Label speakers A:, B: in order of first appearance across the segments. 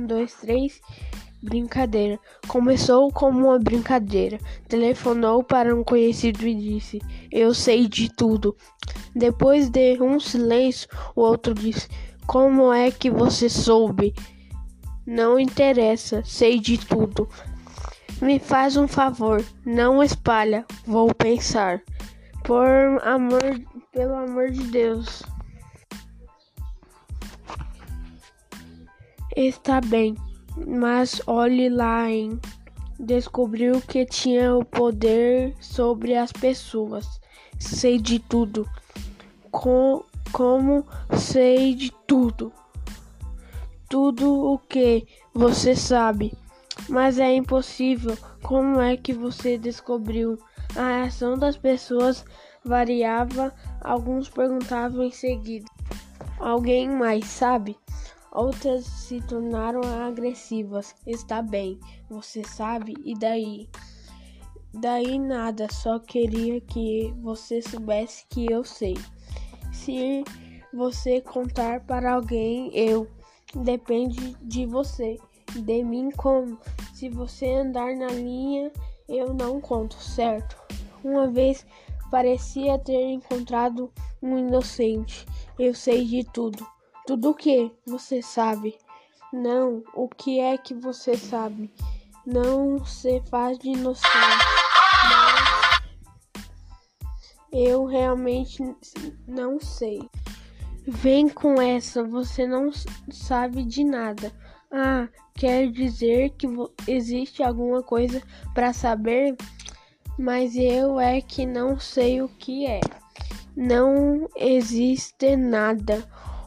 A: dois, três. Brincadeira. Começou como uma brincadeira. Telefonou para um conhecido e disse: "Eu sei de tudo." Depois de um silêncio, o outro disse: "Como é que você soube?" "Não interessa, sei de tudo." "Me faz um favor, não espalha, vou pensar." Pelo amor de Deus." "Está bem, mas olhe lá, hein?" Descobriu que tinha o poder sobre as pessoas. Sei de tudo. Como sei de tudo? Tudo o que você sabe. Mas é impossível. Como é que você descobriu? A reação das pessoas variava. Alguns perguntavam em seguida: "Alguém mais sabe?" Outras se tornaram agressivas. "Está bem, você sabe, e daí?" "Daí nada, só queria que você soubesse que eu sei." "Se você contar para alguém, depende de você." "De mim como?" "Se você andar na linha, eu não conto, certo?" Uma vez parecia ter encontrado um inocente. "Eu sei de tudo." "Tudo o que você sabe?" "Não, o que é que você sabe?" "Não se faz de inocente." "Mas eu realmente não sei." "Vem com essa, você não sabe de nada." "Ah, quer dizer que existe alguma coisa para saber?" "Mas eu é que não sei o que é." "Não existe nada."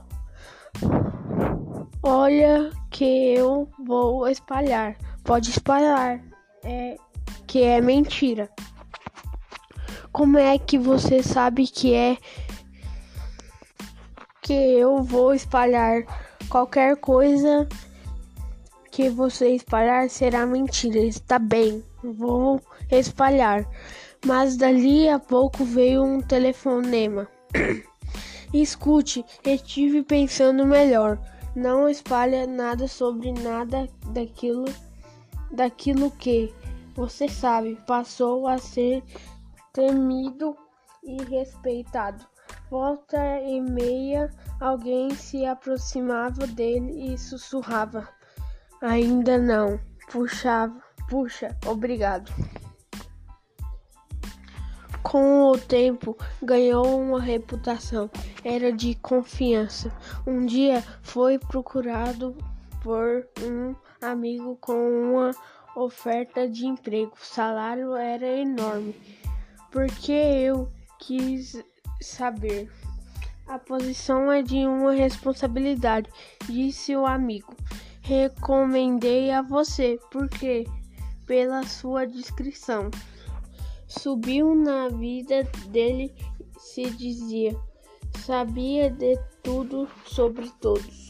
A: "Olha que eu vou espalhar." "Pode espalhar, que é mentira." "Como é que você sabe que eu vou espalhar? Qualquer coisa que você espalhar será mentira." "Está bem, vou espalhar." Mas dali a pouco veio um telefonema. "Escute, estive pensando melhor. Não espalha nada sobre nada daquilo que, você sabe, passou a ser temido e respeitado." Volta e meia, alguém se aproximava dele e sussurrava: "Ainda não." Puxa, obrigado." Com o tempo, ganhou uma reputação. Era de confiança. Um dia foi procurado por um amigo com uma oferta de emprego. O salário era enorme. "Porque eu quis saber." "A posição é de uma responsabilidade," disse o amigo. "Recomendei a você. Por quê?" "Pela sua discrição." Subiu na vida dele, se dizia. Sabia de tudo sobre todos.